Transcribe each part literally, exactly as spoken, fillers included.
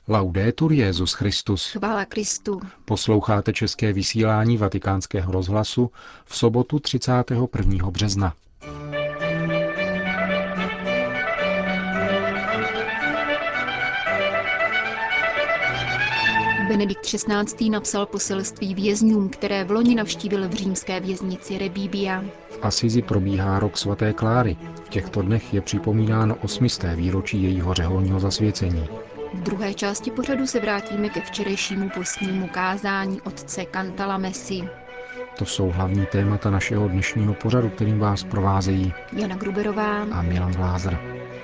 Laudetur Jesus Christus. Chvála Kristu. Posloucháte české vysílání Vatikánského rozhlasu v sobotu třicátého prvního března. Benedikt šestnáctý. napsal poselství vězňům, které v loni navštívil v římské věznici Rebibbia. V Asizi probíhá rok svaté Kláry. V těchto dnech je připomínáno osmisté výročí jejího řeholního zasvěcení. V druhé části pořadu se vrátíme ke včerejšímu postnímu kázání otce Cantalamessy. To jsou hlavní témata našeho dnešního pořadu, kterým vás provázejí Jana Gruberová a Milan Glázer.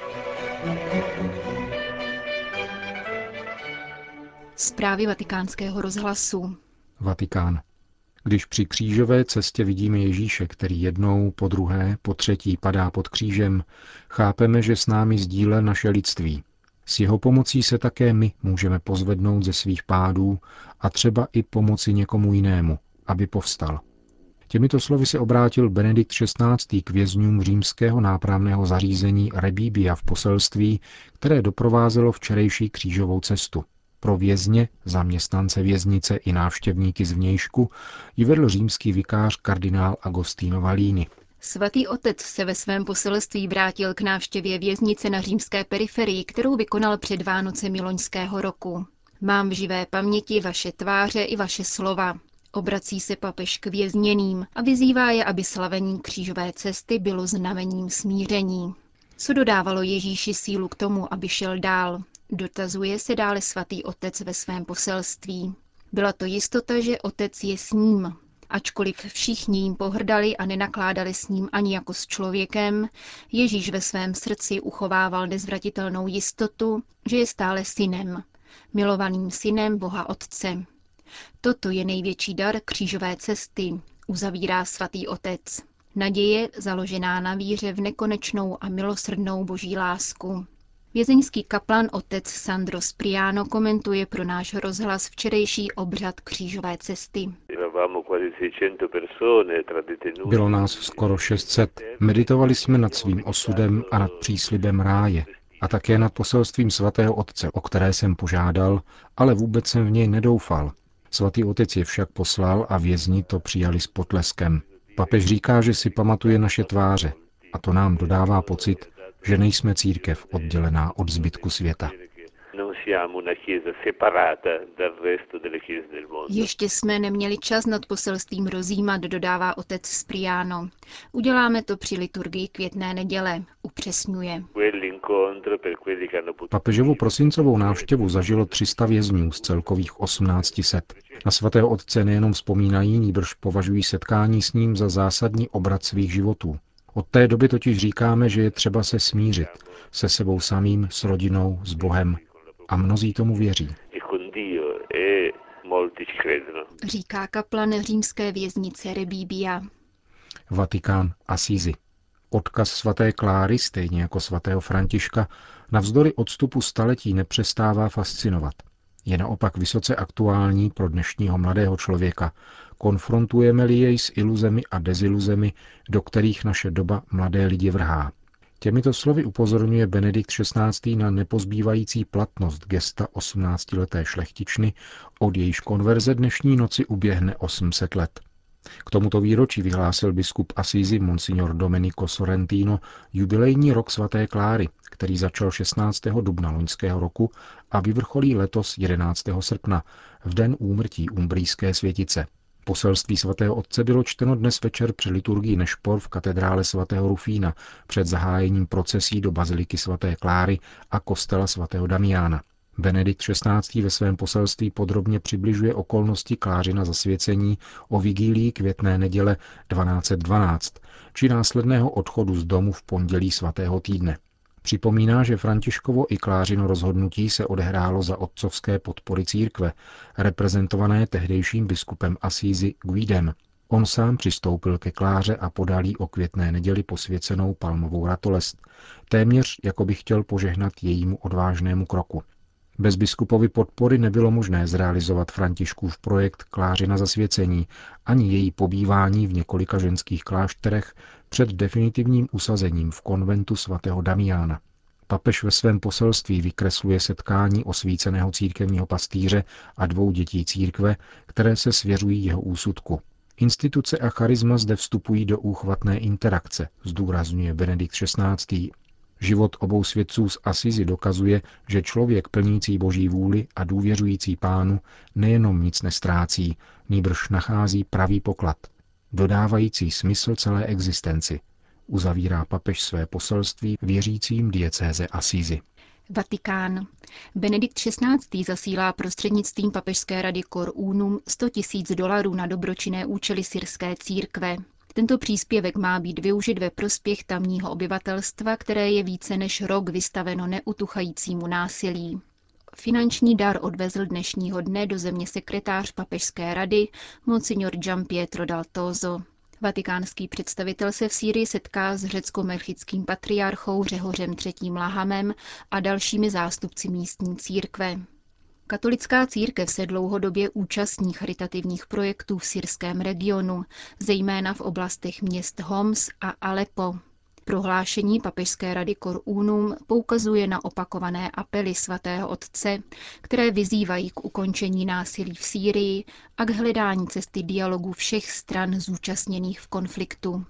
Zprávy Vatikánského rozhlasu. Vatikán. Když při křížové cestě vidíme Ježíše, který jednou, po druhé, po třetí padá pod křížem, chápeme, že s námi sdílel naše lidství. S jeho pomocí se také my můžeme pozvednout ze svých pádů a třeba i pomoci někomu jinému, aby povstal. Těmito slovy se obrátil Benedikt šestnáctý. K vězňům římského nápravného zařízení Rebibbia v poselství, které doprovázelo včerejší křížovou cestu. Pro vězně, zaměstnance věznice i návštěvníky zvnějšku ji vedl římský vikář kardinál Agostino Valini. Svatý otec se ve svém poselství vrátil k návštěvě věznice na římské periferii, kterou vykonal před Vánocemi loňského roku. Mám v živé paměti vaše tváře i vaše slova. Obrací se papež k vězněným a vyzývá je, aby slavení křížové cesty bylo znamením smíření. Co dodávalo Ježíši sílu k tomu, aby šel dál? Dotazuje se dále svatý otec ve svém poselství. Byla to jistota, že otec je s ním. Ačkoliv všichni jim pohrdali a nenakládali s ním ani jako s člověkem, Ježíš ve svém srdci uchovával nezvratitelnou jistotu, že je stále synem, milovaným synem Boha Otce. Toto je největší dar křížové cesty, uzavírá svatý otec. Naděje založená na víře v nekonečnou a milosrdnou boží lásku. Vězeňský kaplan otec Sandro Spriano komentuje pro náš rozhlas včerejší obřad křížové cesty. Bylo nás skoro šest set. Meditovali jsme nad svým osudem a nad příslibem ráje. A také nad poselstvím svatého otce, o které jsem požádal, ale vůbec jsem v něj nedoufal. Svatý otec je však poslal a vězni to přijali s potleskem. Papež říká, že si pamatuje naše tváře a to nám dodává pocit, že nejsme církev oddělená od zbytku světa. Ještě jsme neměli čas nad poselstvím rozjímat, dodává otec Spriano. Uděláme to při liturgii květné neděle, upřesňuje. Papežovu prosincovou návštěvu zažilo tři sta vězňů z celkových osmnáct set. Na svatého otce nejenom vzpomínají, nýbrž považují setkání s ním za zásadní obrat svých životů. Od té doby totiž říkáme, že je třeba se smířit se sebou samým, s rodinou, s Bohem. A mnozí tomu věří. Říká kaplan římské věznice Rebibbia. Vatikán, Asízi. Odkaz svaté Kláry, stejně jako svatého Františka, navzdory odstupu staletí nepřestává fascinovat. Je naopak vysoce aktuální pro dnešního mladého člověka. Konfrontujeme-li jej s iluzemi a deziluzemi, do kterých naše doba mladé lidi vrhá. Těmito slovy upozorňuje Benedikt šestnáctý. Na nepozbývající platnost gesta osmnáctileté šlechtičny, od jejíž konverze dnešní noci uběhne osm set let. K tomuto výročí vyhlásil biskup Asízi monsignor Domenico Sorrentino jubilejní rok svaté Kláry, který začal šestnáctého dubna loňského roku a vyvrcholí letos jedenáctého srpna, v den úmrtí umbrijské světice. Poselství svatého otce bylo čteno dnes večer při liturgii Nešpor v katedrále svatého Rufína před zahájením procesí do baziliky svaté Kláry a kostela svatého Damiána. Benedikt šestnáctý. Ve svém poselství podrobně přibližuje okolnosti Klářina zasvěcení o vigílii květné neděle dvanáct set dvanáct, či následného odchodu z domu v pondělí svatého týdne. Připomíná, že Františkovo i Klářino rozhodnutí se odehrálo za otcovské podpory církve, reprezentované tehdejším biskupem Asízi Guidem. On sám přistoupil ke Kláře a podal jí o květné neděli posvěcenou palmovou ratolest, téměř jako by chtěl požehnat jejímu odvážnému kroku. Bez biskupovy podpory nebylo možné zrealizovat Františkův projekt Klářina zasvěcení ani její pobývání v několika ženských klášterech před definitivním usazením v konventu svatého Damiána. Papež ve svém poselství vykresluje setkání osvíceného církevního pastýře a dvou dětí církve, které se svěřují jeho úsudku. Instituce a charisma zde vstupují do úchvatné interakce, zdůrazňuje Benedikt šestnáctý. Život obou svědců z Asízy dokazuje, že člověk plnící Boží vůli a důvěřující Pánu nejenom nic nestrácí, nýbrž nachází pravý poklad, dodávající smysl celé existenci, uzavírá papež své poselství věřícím diecéze Asízy. Vatikán. Benedikt šestnáctý zasílá prostřednictvím papežské rady Cor Unum sto tisíc dolarů na dobročinné účely syrské církve. Tento příspěvek má být využit ve prospěch tamního obyvatelstva, které je více než rok vystaveno neutuchajícímu násilí. Finanční dar odvezl dnešního dne do země sekretář papežské rady monsignor Gianpietro Daltozo. Vatikánský představitel se v Sýrii setká s řecko-melchickým patriarchou Řehořem třetím Lahamem a dalšími zástupci místní církve. Katolická církev se dlouhodobě účastní charitativních projektů v syrském regionu, zejména v oblastech měst Homs a Aleppo. Prohlášení papežské rady Cor Unum poukazuje na opakované apely svatého otce, které vyzývají k ukončení násilí v Sýrii a k hledání cesty dialogu všech stran zúčastněných v konfliktu.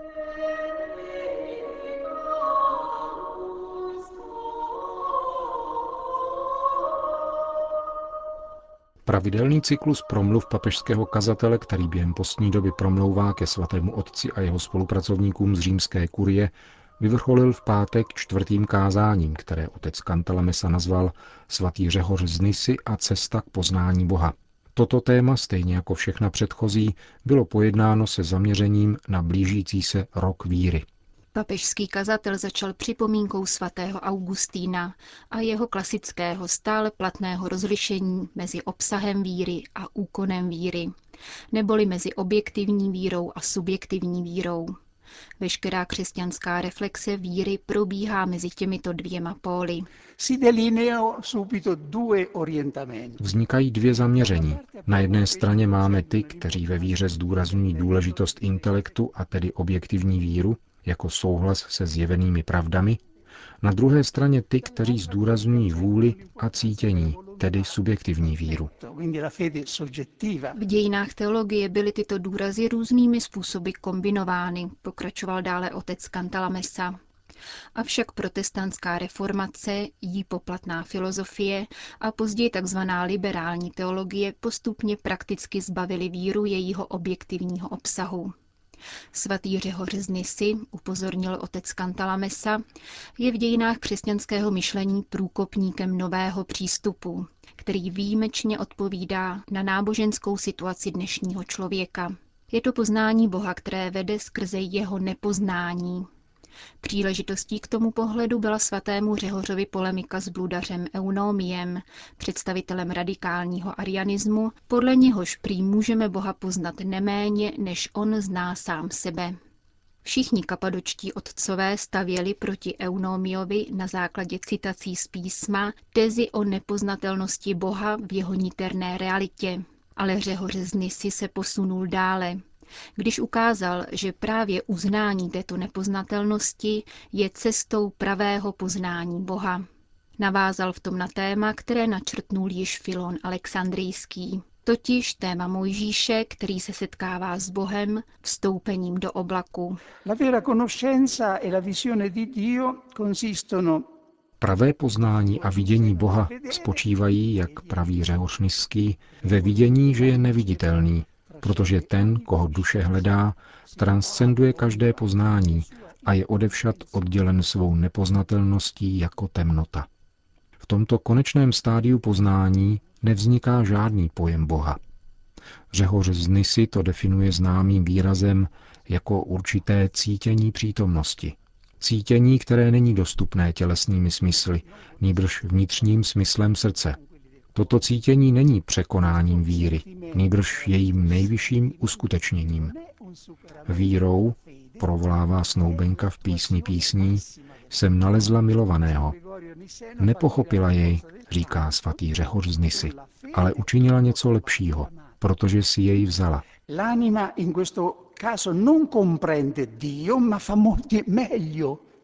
Pravidelný cyklus promluv papežského kazatele, který během postní doby promlouvá ke svatému otci a jeho spolupracovníkům z římské kurie, vyvrcholil v pátek čtvrtým kázáním, které otec Cantalamessa nazval Svatý Řehoř z Nisy a cesta k poznání Boha. Toto téma, stejně jako všechna předchozí, bylo pojednáno se zaměřením na blížící se rok víry. Papežský kazatel začal připomínkou svatého Augustína a jeho klasického stále platného rozlišení mezi obsahem víry a úkonem víry, neboli mezi objektivní vírou a subjektivní vírou. Veškerá křesťanská reflexe víry probíhá mezi těmito dvěma póly. Vznikají dvě zaměření. Na jedné straně máme ty, kteří ve víře zdůrazňují důležitost intelektu a tedy objektivní víru, jako souhlas se zjevenými pravdami, na druhé straně ty, kteří zdůrazňují vůli a cítění, tedy subjektivní víru. V dějinách teologie byly tyto důrazy různými způsoby kombinovány, pokračoval dále otec Cantalamessa. Avšak protestantská reformace, jí poplatná filozofie a později tzv. Liberální teologie postupně prakticky zbavily víru jejího objektivního obsahu. Svatý Řehoř z Nisy, upozornil otec Cantalamessa, je v dějinách křesťanského myšlení průkopníkem nového přístupu, který výjimečně odpovídá na náboženskou situaci dnešního člověka. Je to poznání Boha, které vede skrze jeho nepoznání. Příležitostí k tomu pohledu byla svatému Řehořovi polemika s bludařem Eunomiem, představitelem radikálního arianismu, podle něhož prý můžeme Boha poznat neméně, než on zná sám sebe. Všichni kapadočtí otcové stavěli proti Eunomiovi na základě citací z písma tezi o nepoznatelnosti Boha v jeho niterné realitě. Ale Řehoř z Nisy se posunul dále, když ukázal, že právě uznání této nepoznatelnosti je cestou pravého poznání Boha. Navázal v tom na téma, které načrtnul již Filon Alexandrijský, totiž téma Mojžíše, který se setkává s Bohem vstoupením do oblaku. Pravé poznání a vidění Boha spočívají, jak praví Řehoř Niský, ve vidění, že je neviditelný, protože ten, koho duše hledá, transcenduje každé poznání a je odevšad oddělen svou nepoznatelností jako temnota. V tomto konečném stádiu poznání nevzniká žádný pojem Boha. Řehoř z Nisy to definuje známým výrazem jako určité cítění přítomnosti. Cítění, které není dostupné tělesnými smysly, nýbrž vnitřním smyslem srdce. Toto cítění není překonáním víry, nýbrž jejím nejvyšším uskutečněním. Vírou, provolává snoubenka v písni písní, jsem nalezla milovaného. Nepochopila jej, říká svatý Řehoř z Nisy, ale učinila něco lepšího, protože si jej vzala. L'anima in questo caso non comprende Dio, ma fa molto meglio.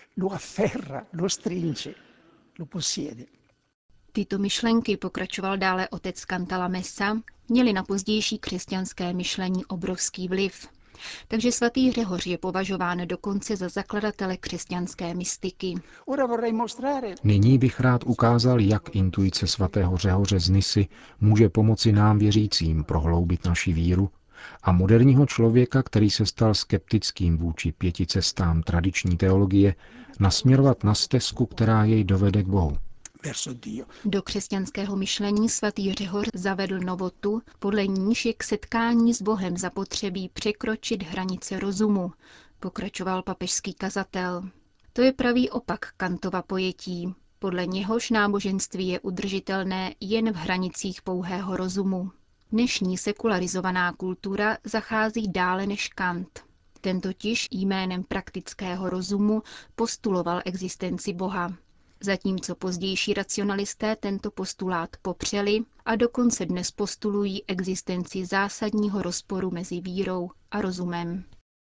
lo afferra, lo stringe, lo possiede. Tyto myšlenky, pokračoval dále otec Cantalamessa, měly na pozdější křesťanské myšlení obrovský vliv. Takže svatý Řehoř je považován dokonce za zakladatele křesťanské mystiky. Nyní bych rád ukázal, jak intuice svatého Řehoře z Nisy může pomoci nám věřícím prohloubit naši víru a moderního člověka, který se stal skeptickým vůči pěti cestám tradiční teologie, nasměrovat na stezku, která jej dovede k Bohu. Do křesťanského myšlení svatý Řehoř zavedl novotu, podle níž je k setkání s Bohem zapotřebí překročit hranice rozumu, pokračoval papežský kazatel. To je pravý opak Kantova pojetí, podle něhož náboženství je udržitelné jen v hranicích pouhého rozumu. Dnešní sekularizovaná kultura zachází dále než Kant. Ten totiž jménem praktického rozumu postuloval existenci Boha. Zatímco pozdější racionalisté tento postulát popřeli a dokonce dnes postulují existenci zásadního rozporu mezi vírou a rozumem.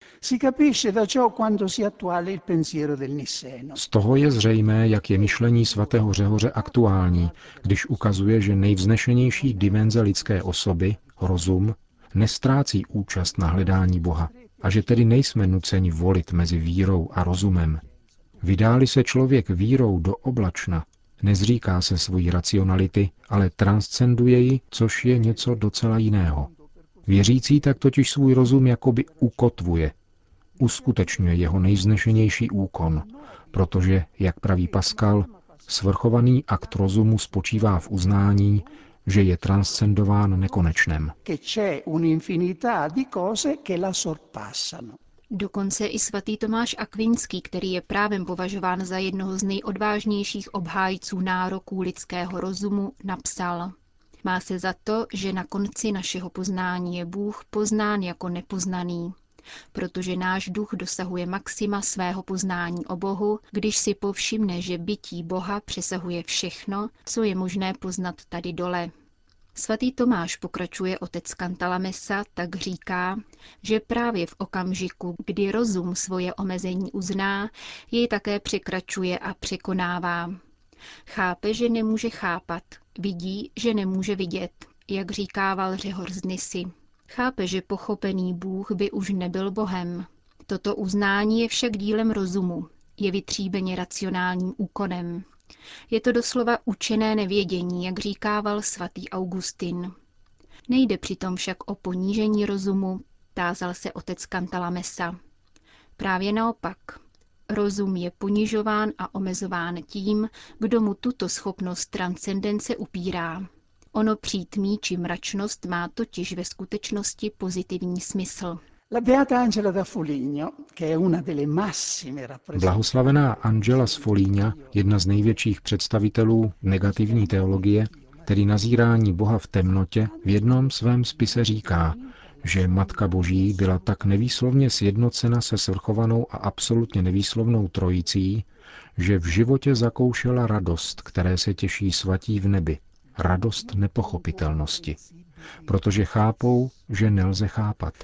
Z toho je zřejmé, jak je myšlení svatého Řehoře aktuální, když ukazuje, že nejvznešenější dimenze lidské osoby, rozum, nestrácí účast na hledání Boha a že tedy nejsme nuceni volit mezi vírou a rozumem. Vydá-li se člověk vírou do oblačna, nezříká se svojí racionality, ale transcenduje ji, což je něco docela jiného. Věřící tak totiž svůj rozum jakoby ukotvuje, uskutečňuje jeho nejvznešenější úkon, protože, jak praví Pascal, svrchovaný akt rozumu spočívá v uznání, že je transcendován nekonečnem. Dokonce i svatý Tomáš Akvinský, který je právem považován za jednoho z nejodvážnějších obhájců nároků lidského rozumu, napsal: Má se za to, že na konci našeho poznání je Bůh poznán jako nepoznaný, protože náš duch dosahuje maxima svého poznání o Bohu, když si povšimne, že bytí Boha přesahuje všechno, co je možné poznat tady dole. Svatý Tomáš, pokračuje otec Cantalamessa, tak říká, že právě v okamžiku, kdy rozum svoje omezení uzná, jej také překračuje a překonává. Chápe, že nemůže chápat, vidí, že nemůže vidět, jak říkával Řehoř z Nisy. Chápe, že pochopený Bůh by už nebyl Bohem. Toto uznání je však dílem rozumu, je vytříbeně racionálním úkonem. Je to doslova učené nevědění, jak říkával svatý Augustin. Nejde přitom však o ponížení rozumu, tázal se otec Cantalamessa. Právě naopak. Rozum je ponižován a omezován tím, kdo mu tuto schopnost transcendence upírá. Ono přítmí či mračnost má totiž ve skutečnosti pozitivní smysl. Blahoslavená Angela z Foligna, jedna z největších představitelů negativní teologie, tedy nazírání Boha v temnotě, v jednom svém spise říká, že Matka Boží byla tak nevýslovně sjednocena se svrchovanou a absolutně nevýslovnou trojicí, že v životě zakoušela radost, které se těší svatí v nebi, radost nepochopitelnosti, protože chápou, že nelze chápat.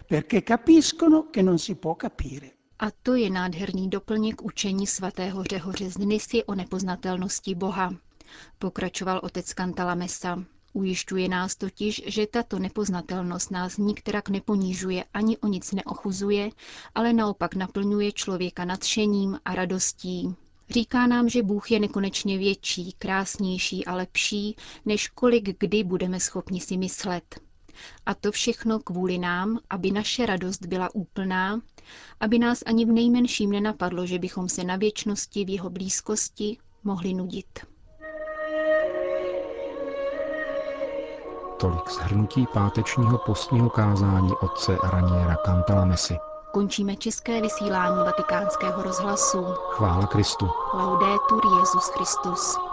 A to je nádherný doplněk učení svatého Řehoře z Nisy o nepoznatelnosti Boha, pokračoval otec Cantalamessa. Ujišťuje nás totiž, že tato nepoznatelnost nás nikterak neponížuje ani o nic neochuzuje, ale naopak naplňuje člověka nadšením a radostí. Říká nám, že Bůh je nekonečně větší, krásnější a lepší, než kolik kdy budeme schopni si myslet. A to všechno kvůli nám, aby naše radost byla úplná, aby nás ani v nejmenším nenapadlo, že bychom se na věčnosti v jeho blízkosti mohli nudit. Tolik shrnutí pátečního postního kázání otce Raniera Cantalamessy. Končíme české vysílání Vatikánského rozhlasu. Chvála Kristu. Laudetur Jesus Christus.